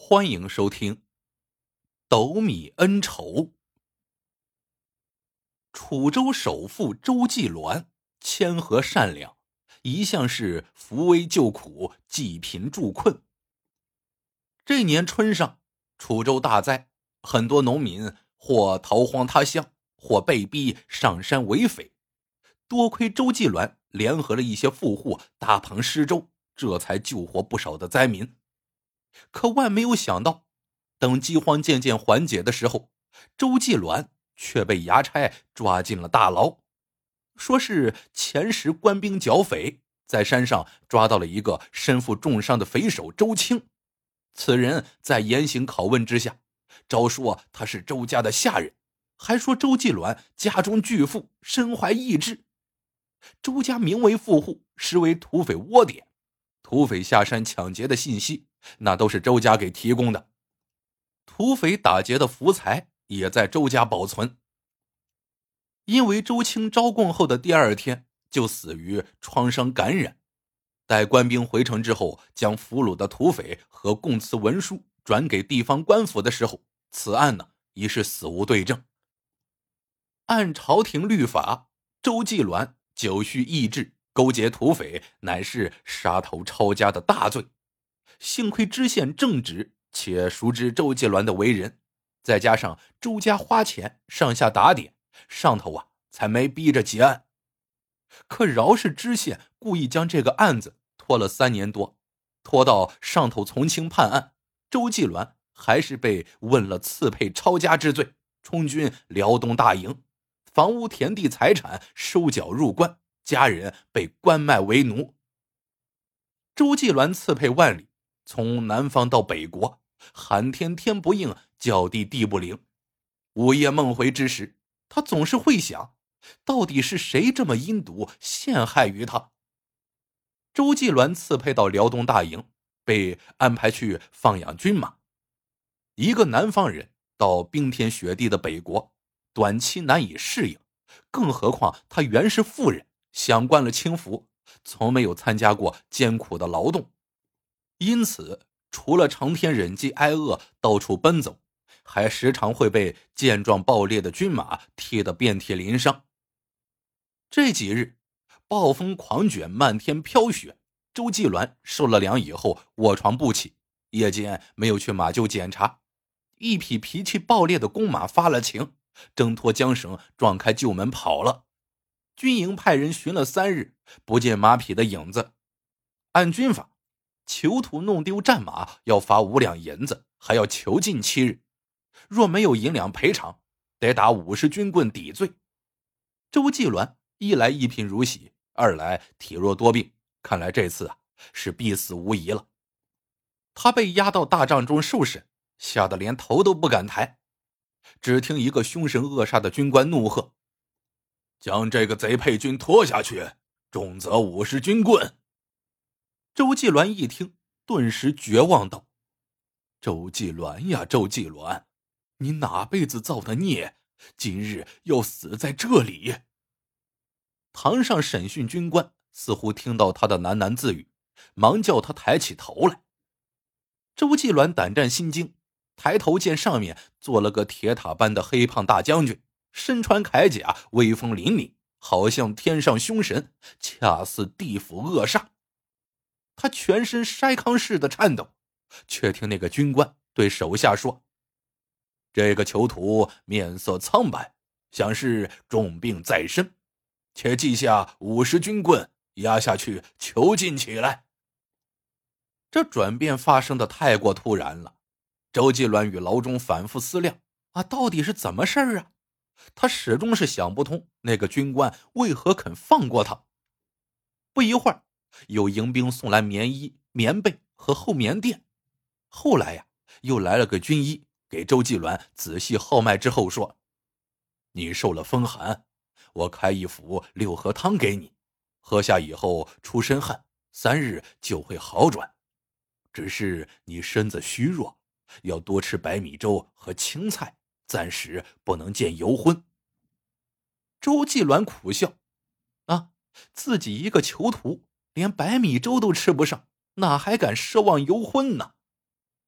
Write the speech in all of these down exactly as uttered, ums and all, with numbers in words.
欢迎收听斗米恩仇。楚州首富周继鸾谦和善良，一向是扶危救苦、济贫助困。这年春上，楚州大灾，很多农民或逃荒他乡，或被逼上山为匪。多亏周继鸾联合了一些富户搭棚施粥，这才救活不少的灾民。可万没有想到，等饥荒渐渐缓解的时候，周继鸾却被衙差抓进了大牢。说是前时官兵剿匪，在山上抓到了一个身负重伤的匪首周清。此人在严刑拷问之下，招说他是周家的下人，还说周继鸾家中巨富，身怀异志。周家名为富户，实为土匪窝点，土匪下山抢劫的信息那都是周家给提供的，土匪打劫的福财也在周家保存。因为周清招供后的第二天就死于创伤感染，待官兵回城之后，将俘虏的土匪和供词文书转给地方官府的时候，此案呢已是死无对证。按朝廷律法，周继鸾久蓄异志，勾结土匪，乃是杀头抄家的大罪。幸亏知县正直，且熟知周继鸾的为人，再加上周家花钱上下打点，上头啊才没逼着结案。可饶是知县故意将这个案子拖了三年多，拖到上头从轻判案，周继鸾还是被问了刺配抄家之罪，充军辽东大营，房屋田地财产收缴入关，家人被关卖为奴。周继鸾刺配万里，从南方到北国，喊天天不应，叫地地不灵。午夜梦回之时，他总是会想，到底是谁这么阴毒陷害于他。周继鸾刺配到辽东大营，被安排去放养军马。一个南方人到冰天雪地的北国，短期难以适应，更何况他原是富人，享惯了清福，从没有参加过艰苦的劳动。因此除了成天忍饥挨饿到处奔走，还时常会被健壮暴烈的军马踢得遍体鳞伤。这几日暴风狂卷，漫天飘雪，周继鸾受了凉以后卧床不起，夜间没有去马厩检查。一匹脾气暴烈的公马发了情，挣脱缰绳撞开厩门跑了。军营派人寻了三日，不见马匹的影子。按军法，囚徒弄丢战马要罚五两银子，还要囚禁七日。若没有银两赔偿，得打五十军棍抵罪。周继鸾一来一贫如洗，二来体弱多病，看来这次啊是必死无疑了。他被押到大帐中受审，吓得连头都不敢抬。只听一个凶神恶煞的军官怒喝：“将这个贼配军拖下去，重则五十军棍！”周继鸾一听，顿时绝望道：“周继鸾呀，周继鸾，你哪辈子造的孽，今日要死在这里？”堂上审讯军官似乎听到他的喃喃自语，忙叫他抬起头来。周继鸾胆战心惊，抬头见上面坐了个铁塔般的黑胖大将军，身穿铠甲，威风凛凛，好像天上凶神，恰似地府恶煞。他全身筛糠似的颤抖，却听那个军官对手下说：“这个囚徒面色苍白，想是重病在身，且记下五十军棍，压下去囚禁起来。”这转变发生的太过突然了，周继鸾与牢中反复思量啊，到底是怎么事儿啊？他始终是想不通那个军官为何肯放过他。不一会儿，有迎兵送来棉衣、棉被和厚棉垫。后来呀，又来了个军医，给周继鸾仔细号脉之后说：“你受了风寒，我开一服六合汤给你，喝下以后出身汗，三日就会好转。只是你身子虚弱，要多吃白米粥和青菜，暂时不能见油荤。”周继鸾苦笑：“啊，自己一个囚徒，连白米粥都吃不上，哪还敢奢望油荤呢？”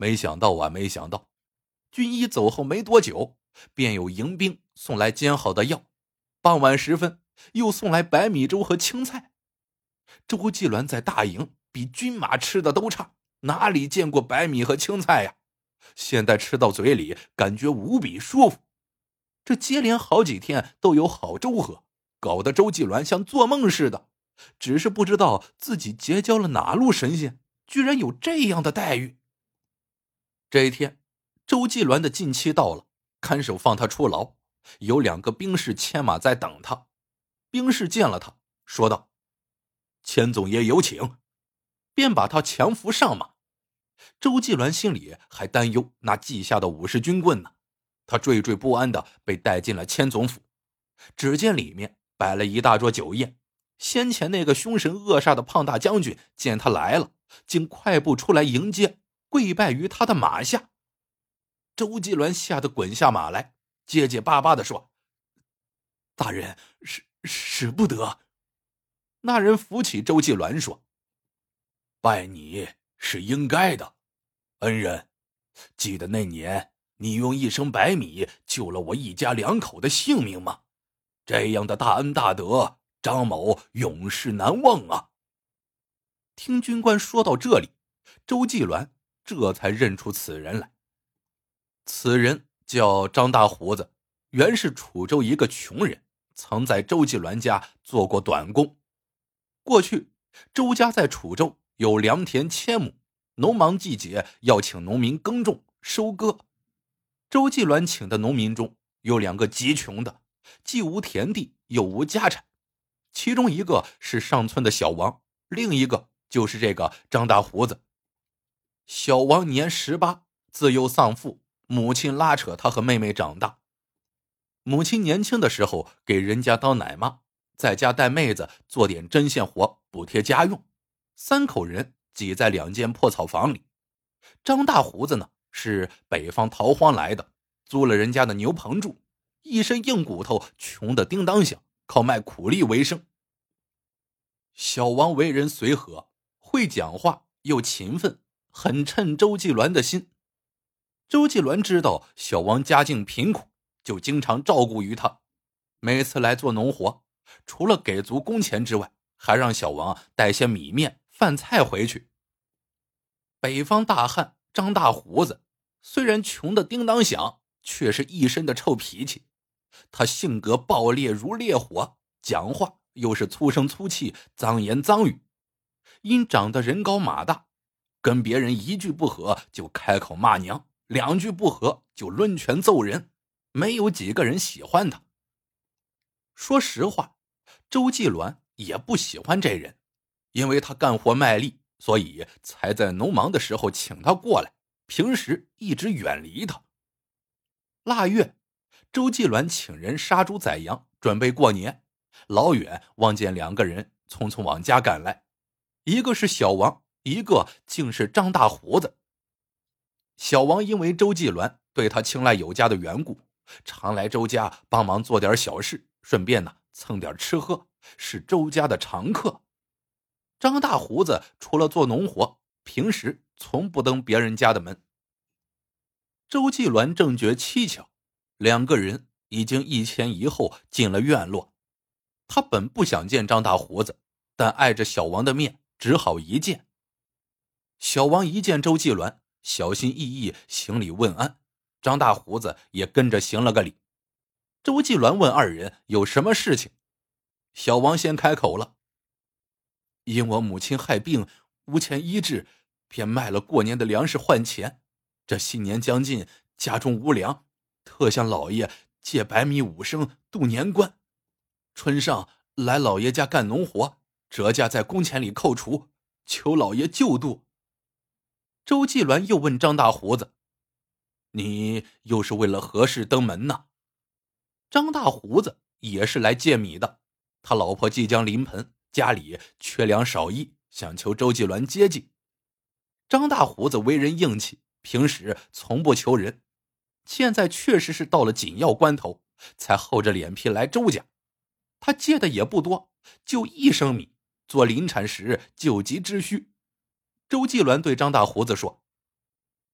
没想到啊，没想到，军医走后没多久，便有迎兵送来煎好的药，傍晚时分又送来白米粥和青菜。周继鸾在大营比军马吃的都差，哪里见过白米和青菜呀？现在吃到嘴里感觉无比舒服。这接连好几天都有好粥喝，搞得周继鸾像做梦似的，只是不知道自己结交了哪路神仙，居然有这样的待遇。这一天，周继鸾的禁期到了，看守放他出牢，有两个兵士牵马在等他。兵士见了他，说道：“千总爷有请。”便把他强扶上马。周继鸾心里还担忧那记下的五十军棍呢，他惴惴不安地被带进了千总府。只见里面摆了一大桌酒宴，先前那个凶神恶煞的胖大将军见他来了，竟快步出来迎接，跪拜于他的马下。周继鸾吓得滚下马来，结结巴巴地说：“大人，使使不得。”那人扶起周继鸾说：“拜你是应该的，恩人，记得那年你用一升白米救了我一家两口的性命吗？这样的大恩大德，张某永世难忘啊。”听军官说到这里，周继鸾这才认出此人来。此人叫张大胡子，原是楚州一个穷人，曾在周继鸾家做过短工。过去周家在楚州有良田千亩，农忙季节要请农民耕种收割。周继鸾请的农民中有两个极穷的，既无田地又无家产，其中一个是上村的小王，另一个就是这个张大胡子。小王年十八，自幼丧父，母亲拉扯他和妹妹长大。母亲年轻的时候给人家当奶妈，在家带妹子做点针线活补贴家用，三口人挤在两间破草房里。张大胡子呢，是北方逃荒来的，租了人家的牛棚住，一身硬骨头，穷得叮当响，靠卖苦力为生。小王为人随和，会讲话又勤奋，很称周继鸾的心。周继鸾知道小王家境贫苦，就经常照顾于他。每次来做农活，除了给足工钱之外，还让小王带些米面饭菜回去。北方大汉张大胡子虽然穷得叮当响，却是一身的臭脾气。他性格暴烈如烈火，讲话又是粗声粗气，脏言脏语。因长得人高马大，跟别人一句不合就开口骂娘，两句不合就抡拳揍人，没有几个人喜欢他。说实话，周继鸾也不喜欢这人，因为他干活卖力，所以才在农忙的时候请他过来，平时一直远离他。腊月，周继鸾请人杀猪宰羊，准备过年。老远望见两个人匆匆往家赶来，一个是小王，一个竟是张大胡子。小王因为周继鸾对他青睐有加的缘故，常来周家帮忙做点小事，顺便呢蹭点吃喝，是周家的常客。张大胡子除了做农活，平时从不登别人家的门。周继鸾正觉蹊跷，两个人已经一前一后进了院落。他本不想见张大胡子，但碍着小王的面，只好一见。小王一见周继鸾，小心翼翼行礼问安，张大胡子也跟着行了个礼。周继鸾问二人有什么事情，小王先开口了：“因我母亲害病，无钱医治，便卖了过年的粮食换钱。这新年将近，家中无粮，特向老爷借白米五升度年关。春上来老爷家干农活，折价在工钱里扣除，求老爷救度。”周继鸾又问张大胡子：“你又是为了何事登门呢？”张大胡子也是来借米的，他老婆即将临盆，家里缺粮少衣，想求周继鸾接济。张大胡子为人硬气，平时从不求人，现在确实是到了紧要关头，才厚着脸皮来周家。他借的也不多，就一升米，做临产时救急之需。周继鸾对张大胡子说：“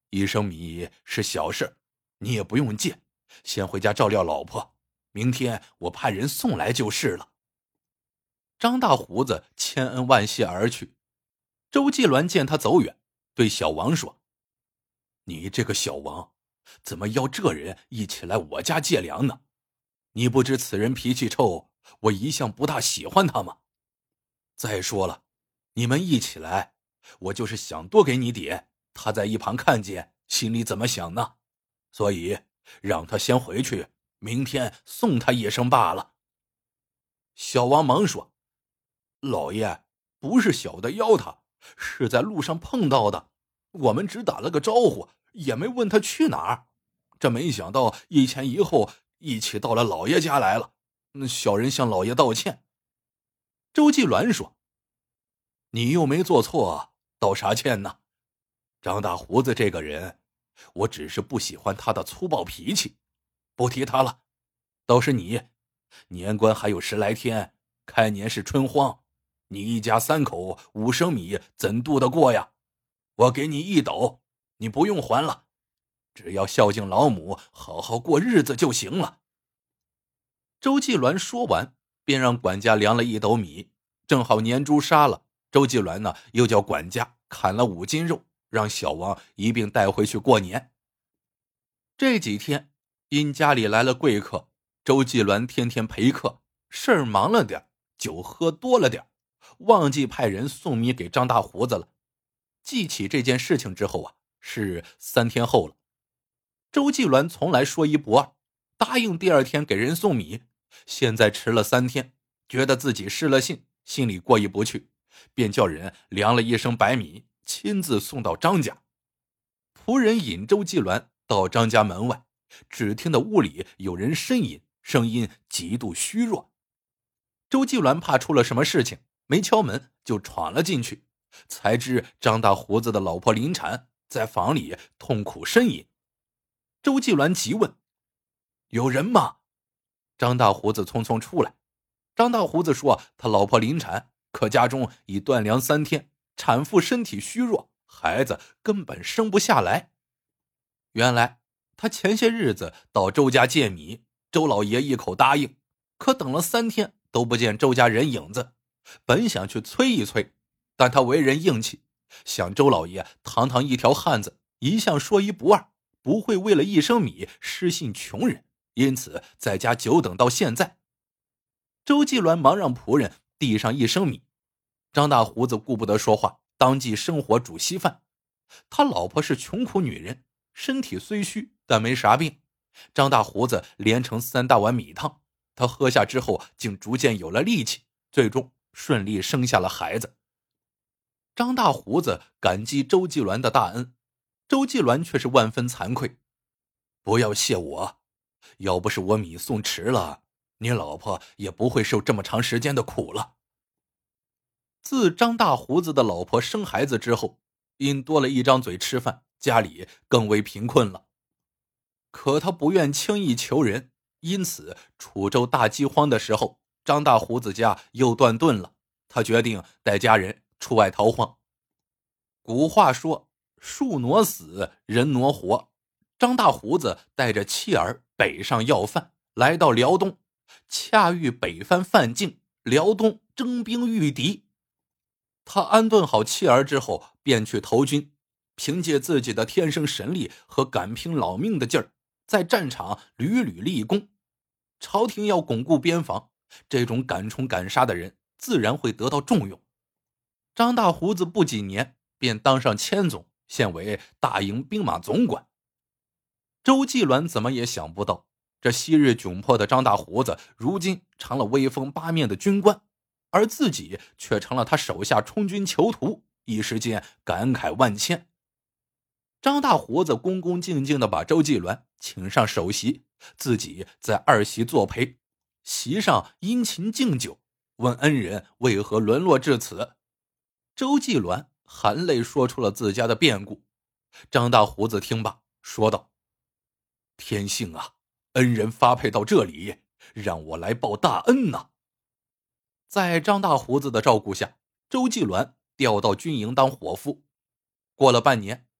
一升米是小事，你也不用借，先回家照料老婆，明天我派人送来就是了。张大胡子千恩万谢而去。周继鸾见他走远，对小王说：你这个小王，怎么邀这人一起来我家借粮呢？你不知此人脾气臭，我一向不大喜欢他吗？再说了，你们一起来，我就是想多给你点，他在一旁看见，心里怎么想呢？所以让他先回去，明天送他一声罢了。小王忙说：老爷，不是小的邀他，是在路上碰到的，我们只打了个招呼，也没问他去哪儿。这没想到一前一后一起到了老爷家来了，小人向老爷道歉。周继鸾说：你又没做错，道啥歉呢？张大胡子这个人，我只是不喜欢他的粗暴脾气，不提他了。倒是你，年关还有十来天，开年是春荒，你一家三口五升米怎渡得过呀？我给你一斗，你不用还了，只要孝敬老母，好好过日子就行了。周继鸾说完，便让管家量了一斗米，正好年猪杀了。周继鸾呢，又叫管家砍了五斤肉，让小王一并带回去过年。这几天因家里来了贵客，周继鸾天天陪客，事儿忙了点，酒喝多了点，忘记派人送米给张大胡子了。记起这件事情之后啊，是三天后了。周继鸾从来说一不二，答应第二天给人送米，现在迟了三天，觉得自己失了信，心里过意不去，便叫人量了一升白米，亲自送到张家。仆人引周继鸾到张家门外，只听得屋里有人呻吟，声音极度虚弱。周继鸾怕出了什么事情，没敲门就闯了进去，才知张大胡子的老婆临产，在房里痛苦呻吟。周继鸾急问：有人吗？张大胡子匆匆出来。张大胡子说他老婆临产，可家中已断粮三天，产妇身体虚弱，孩子根本生不下来。原来他前些日子到周家借米，周老爷一口答应，可等了三天都不见周家人影子，本想去催一催，但他为人硬气，想周老爷堂堂一条汉子，一向说一不二，不会为了一升米失信穷人，因此在家久等到现在。周继鸾忙让仆人递上一升米，张大胡子顾不得说话，当即生火煮稀饭。他老婆是穷苦女人，身体虽虚，但没啥病。张大胡子连盛三大碗米汤，他喝下之后竟逐渐有了力气，最终顺利生下了孩子。张大胡子感激周继鸾的大恩，周继鸾却是万分惭愧。不要谢我，要不是我米送迟了，你老婆也不会受这么长时间的苦了。自张大胡子的老婆生孩子之后，因多了一张嘴吃饭，家里更为贫困了。可他不愿轻易求人，因此楚州大饥荒的时候，张大胡子家又断顿了，他决定带家人出外逃荒。古话说，树挪死，人挪活。张大胡子带着妻儿北上要饭，来到辽东，恰遇北藩犯境，辽东征兵御敌。他安顿好妻儿之后，便去投军，凭借自己的天生神力和敢拼老命的劲儿，在战场屡屡立功。朝廷要巩固边防，这种敢冲敢杀的人自然会得到重用。张大胡子不几年便当上千总，现为大营兵马总管。周继鸾怎么也想不到，这昔日窘迫的张大胡子如今成了威风八面的军官，而自己却成了他手下充军囚徒，一时间感慨万千。张大胡子恭恭敬敬地把周继鸾请上首席，自己在二席作陪，席上殷勤敬酒，问恩人为何沦落至此。周继鸾含泪说出了自家的变故。张大胡子听罢说道：天幸啊，恩人发配到这里，让我来报大恩呐。在张大胡子的照顾下，周继鸾调到军营当伙夫。过了半年，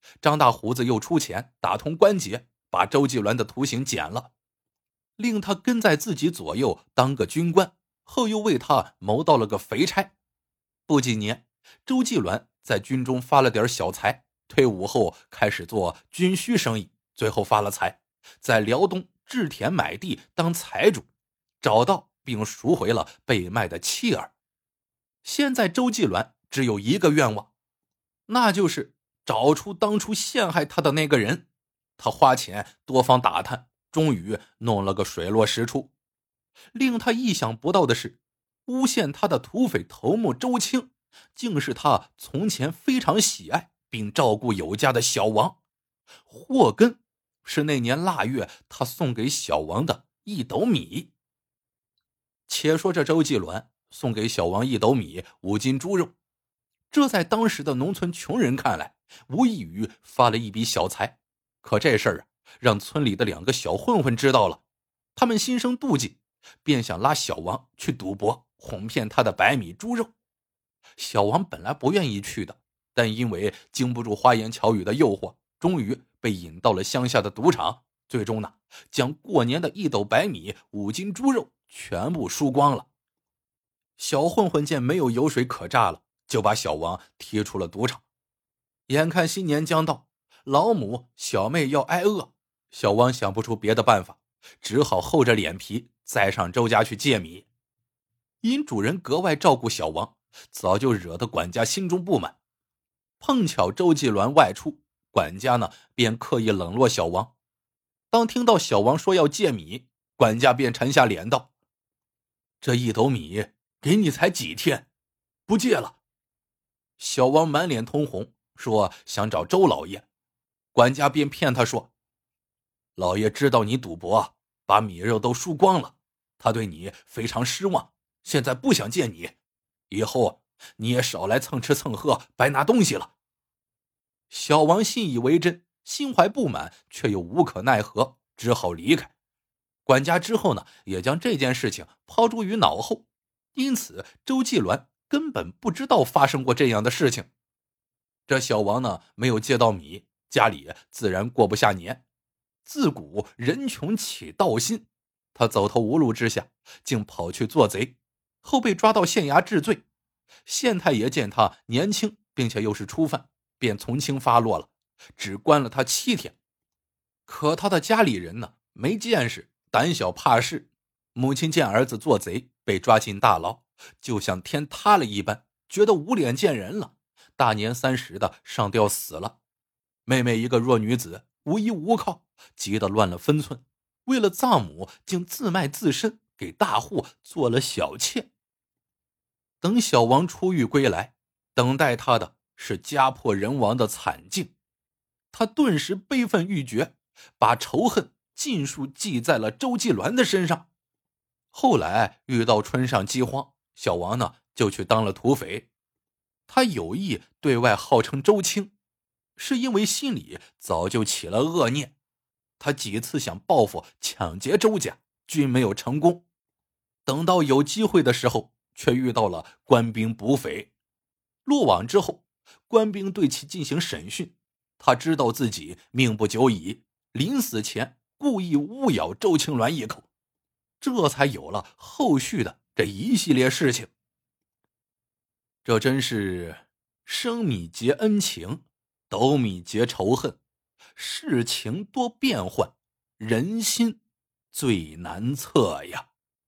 张大胡子又出钱打通关节，把周继鸾的图形剪了，令他跟在自己左右当个军官，后又为他谋到了个肥差。不几年，周继鸾在军中发了点小财，退伍后开始做军需生意，最后发了财，在辽东置田买地当财主，找到并赎回了被卖的妻儿。现在周继鸾只有一个愿望，那就是找出当初陷害他的那个人。他花钱多方打探，终于弄了个水落石出。令他意想不到的是，诬陷他的土匪头目周青，竟是他从前非常喜爱并照顾有加的小王。祸根是那年腊月他送给小王的一斗米。且说这周继鸾送给小王一斗米五斤猪肉，这在当时的农村穷人看来，无异于发了一笔小财。可这事儿啊，让村里的两个小混混知道了，他们心生妒忌，便想拉小王去赌博，哄骗他的白米猪肉。小王本来不愿意去的，但因为经不住花言巧语的诱惑，终于被引到了乡下的赌场，最终呢，将过年的一斗白米、五斤猪肉全部输光了。小混混见没有油水可榨了，就把小王踢出了赌场。眼看新年将到，老母小妹要挨饿，小王想不出别的办法，只好厚着脸皮再上周家去借米。因主人格外照顾小王，早就惹得管家心中不满。碰巧周继鸾外出，管家呢便刻意冷落小王。当听到小王说要借米，管家便沉下脸道：这一斗米给你才几天，不借了。小王满脸通红，说想找周老爷。管家便骗他说，老爷知道你赌博，把米肉都输光了，他对你非常失望，现在不想见你，以后你也少来蹭吃蹭喝白拿东西了。小王信以为真，心怀不满，却又无可奈何，只好离开。管家之后呢，也将这件事情抛诸于脑后，因此周继鸾根本不知道发生过这样的事情。这小王呢，没有借到米，家里自然过不下年。自古人穷起盗心，他走投无路之下，竟跑去做贼，后被抓到县衙治罪。县太爷见他年轻，并且又是初犯，便从轻发落了，只关了他七天。可他的家里人呢，没见识，胆小怕事。母亲见儿子做贼被抓进大牢，就像天塌了一般，觉得无脸见人了，大年三十的上吊死了。妹妹一个弱女子，无依无靠，急得乱了分寸，为了葬母，竟自卖自身，给大户做了小妾。等小王出狱归来，等待他的是家破人亡的惨境。他顿时悲愤欲绝，把仇恨尽数记在了周继鸾的身上。后来遇到春上饥荒，小王呢就去当了土匪。他有意对外号称周青，是因为心里早就起了恶念。他几次想报复抢劫周家，均没有成功。等到有机会的时候，却遇到了官兵捕匪。落网之后，官兵对其进行审讯，他知道自己命不久矣，临死前故意误咬周青鸾一口，这才有了后续的这一系列事情。这真是生米结恩情，斗米结仇恨，事情多变幻，人心最难测呀。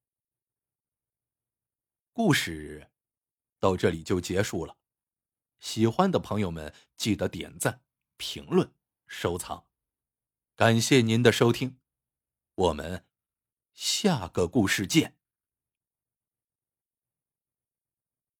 故事到这里就结束了，喜欢的朋友们记得点赞、评论、收藏。感谢您的收听，我们下个故事见。